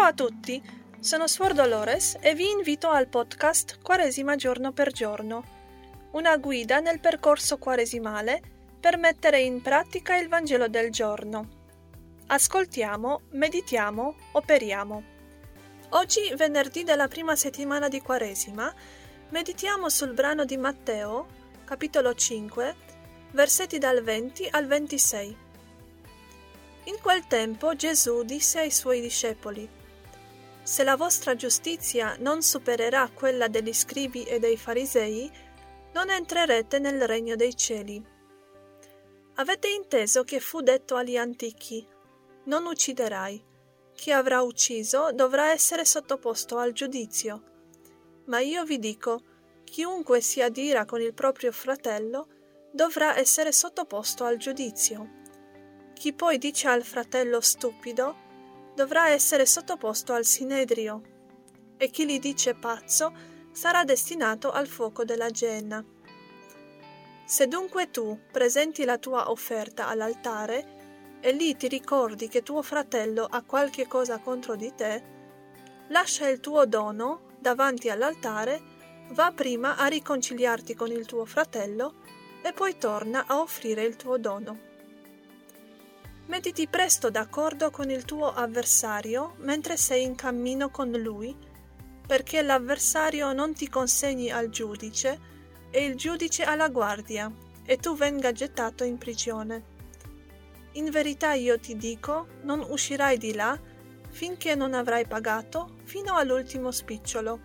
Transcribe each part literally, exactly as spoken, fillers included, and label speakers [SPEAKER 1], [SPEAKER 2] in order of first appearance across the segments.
[SPEAKER 1] a tutti, sono Suor Dolores e vi invito al podcast Quaresima giorno per giorno, una guida nel percorso quaresimale per mettere in pratica il Vangelo del giorno. Ascoltiamo, meditiamo, operiamo. Oggi, venerdì della prima settimana di Quaresima, meditiamo sul brano di Matteo, capitolo cinque, versetti dal venti al ventisei. In quel tempo Gesù disse ai suoi discepoli: «Se la vostra giustizia non supererà quella degli scribi e dei farisei, non entrerete nel regno dei cieli. Avete inteso che fu detto agli antichi: non ucciderai. Chi avrà ucciso dovrà essere sottoposto al giudizio. Ma io vi dico, chiunque si adira con il proprio fratello dovrà essere sottoposto al giudizio. Chi poi dice al fratello stupido dovrà essere sottoposto al sinedrio, e chi gli dice pazzo sarà destinato al fuoco della Geenna. Se dunque tu presenti la tua offerta all'altare e lì ti ricordi che tuo fratello ha qualche cosa contro di te, lascia il tuo dono davanti all'altare, va prima a riconciliarti con il tuo fratello e poi torna a offrire il tuo dono. Mettiti presto d'accordo con il tuo avversario mentre sei in cammino con lui, perché l'avversario non ti consegni al giudice e il giudice alla guardia, e tu venga gettato in prigione. In verità io ti dico, non uscirai di là finché non avrai pagato fino all'ultimo spicciolo».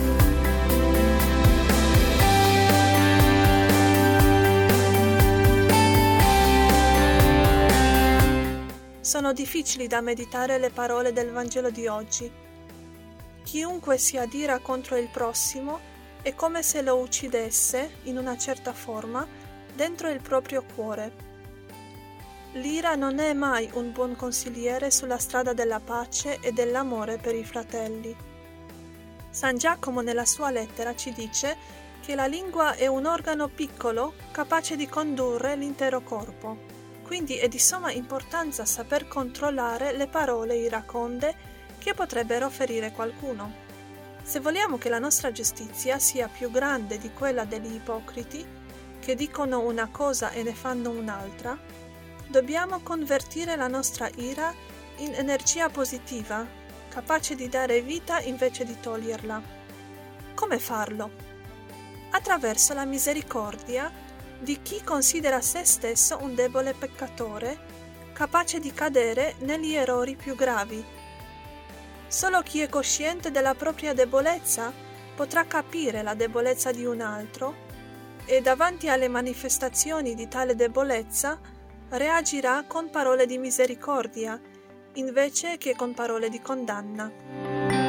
[SPEAKER 1] Sono difficili da meditare le parole del Vangelo di oggi. Chiunque si adira contro il prossimo è come se lo uccidesse, in una certa forma, dentro il proprio cuore. L'ira non è mai un buon consigliere sulla strada della pace e dell'amore per i fratelli. San Giacomo nella sua lettera ci dice che la lingua è un organo piccolo capace di condurre l'intero corpo. Quindi è di somma importanza saper controllare le parole iraconde che potrebbero ferire qualcuno. Se vogliamo che la nostra giustizia sia più grande di quella degli ipocriti, che dicono una cosa e ne fanno un'altra, dobbiamo convertire la nostra ira in energia positiva, capace di dare vita invece di toglierla. Come farlo? Attraverso la misericordia di chi considera se stesso un debole peccatore, capace di cadere negli errori più gravi. Solo chi è cosciente della propria debolezza potrà capire la debolezza di un altro e davanti alle manifestazioni di tale debolezza reagirà con parole di misericordia invece che con parole di condanna.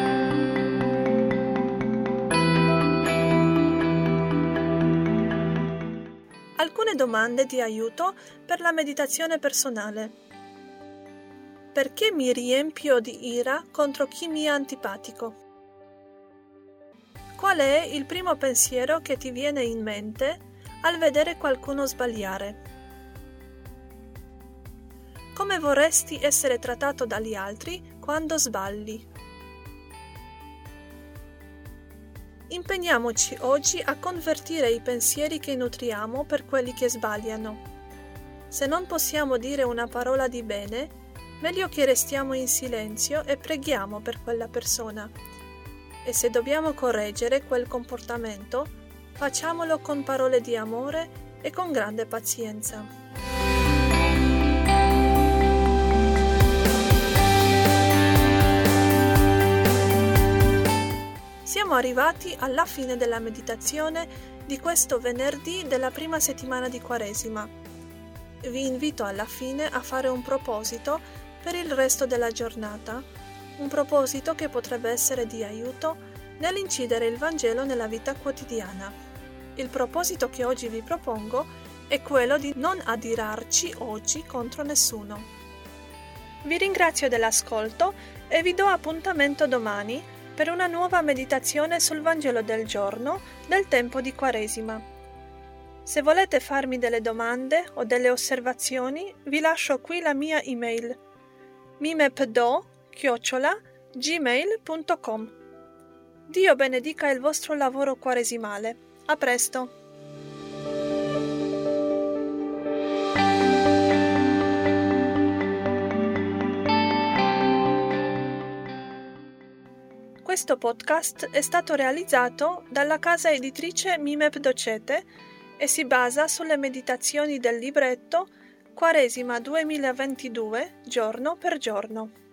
[SPEAKER 1] Alcune domande di aiuto per la meditazione personale. Perché mi riempio di ira contro chi mi è antipatico? Qual è il primo pensiero che ti viene in mente al vedere qualcuno sbagliare? Come vorresti essere trattato dagli altri quando sbagli? Impegniamoci oggi a convertire i pensieri che nutriamo per quelli che sbagliano. Se non possiamo dire una parola di bene, meglio che restiamo in silenzio e preghiamo per quella persona. E se dobbiamo correggere quel comportamento, facciamolo con parole di amore e con grande pazienza. Siamo arrivati alla fine della meditazione di questo venerdì della prima settimana di Quaresima. Vi invito alla fine a fare un proposito per il resto della giornata, un proposito che potrebbe essere di aiuto nell'incidere il Vangelo nella vita quotidiana. Il proposito che oggi vi propongo è quello di non adirarci oggi contro nessuno. Vi ringrazio dell'ascolto e vi do appuntamento domani per una nuova meditazione sul Vangelo del giorno del tempo di Quaresima. Se volete farmi delle domande o delle osservazioni, vi lascio qui la mia email mimepdo chiocciola gmail punto com. Dio benedica il vostro lavoro quaresimale. A presto! Questo podcast è stato realizzato dalla casa editrice Mimep Docete e si basa sulle meditazioni del libretto Quaresima duemilaventidue, giorno per giorno.